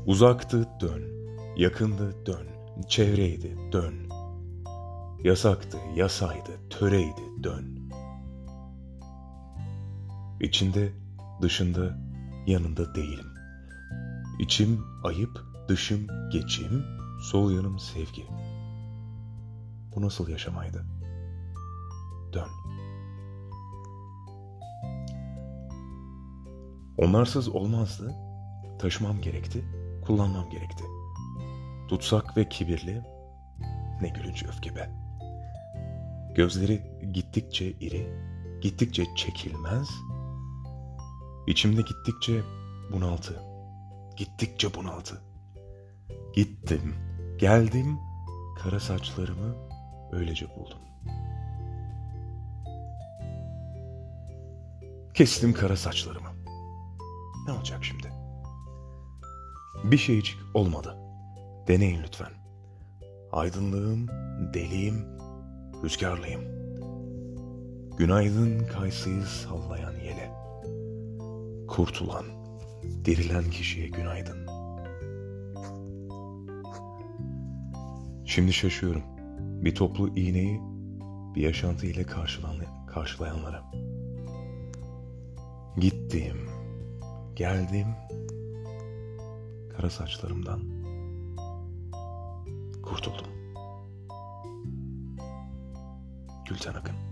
Uzaktı dön, yakındı dön, çevreydi dön. Yasaktı, yasaydı, töreydi dön. İçinde, dışında, yanında değilim. İçim ayıp, dışım geçim, sol yanım sevgi. Bu nasıl yaşamaydı? Dön. Onlarsız olmazdı, taşımam gerekti, kullanmam gerekti. Tutsak ve kibirli, ne gülünç öfke be. Gözleri gittikçe iri, gittikçe çekilmez, içimde gittikçe bunaltı, gittikçe bunaltı. Gittim, geldim, kara saçlarımı öylece buldum. Kestim kara saçlarımı. Ne olacak şimdi? Bir şeycik olmadı. Deneyin lütfen. Aydınlığım, deliyim, rüzgarlıyım. Günaydın kayısıyı sallayan yele. Kurtulan, dirilen kişiye günaydın. Şimdi şaşıyorum. Bir toplu iğneyi bir yaşantı ile karşılayanlara. Gittim, geldim, kara saçlarımdan kurtuldum. Gülten Akın.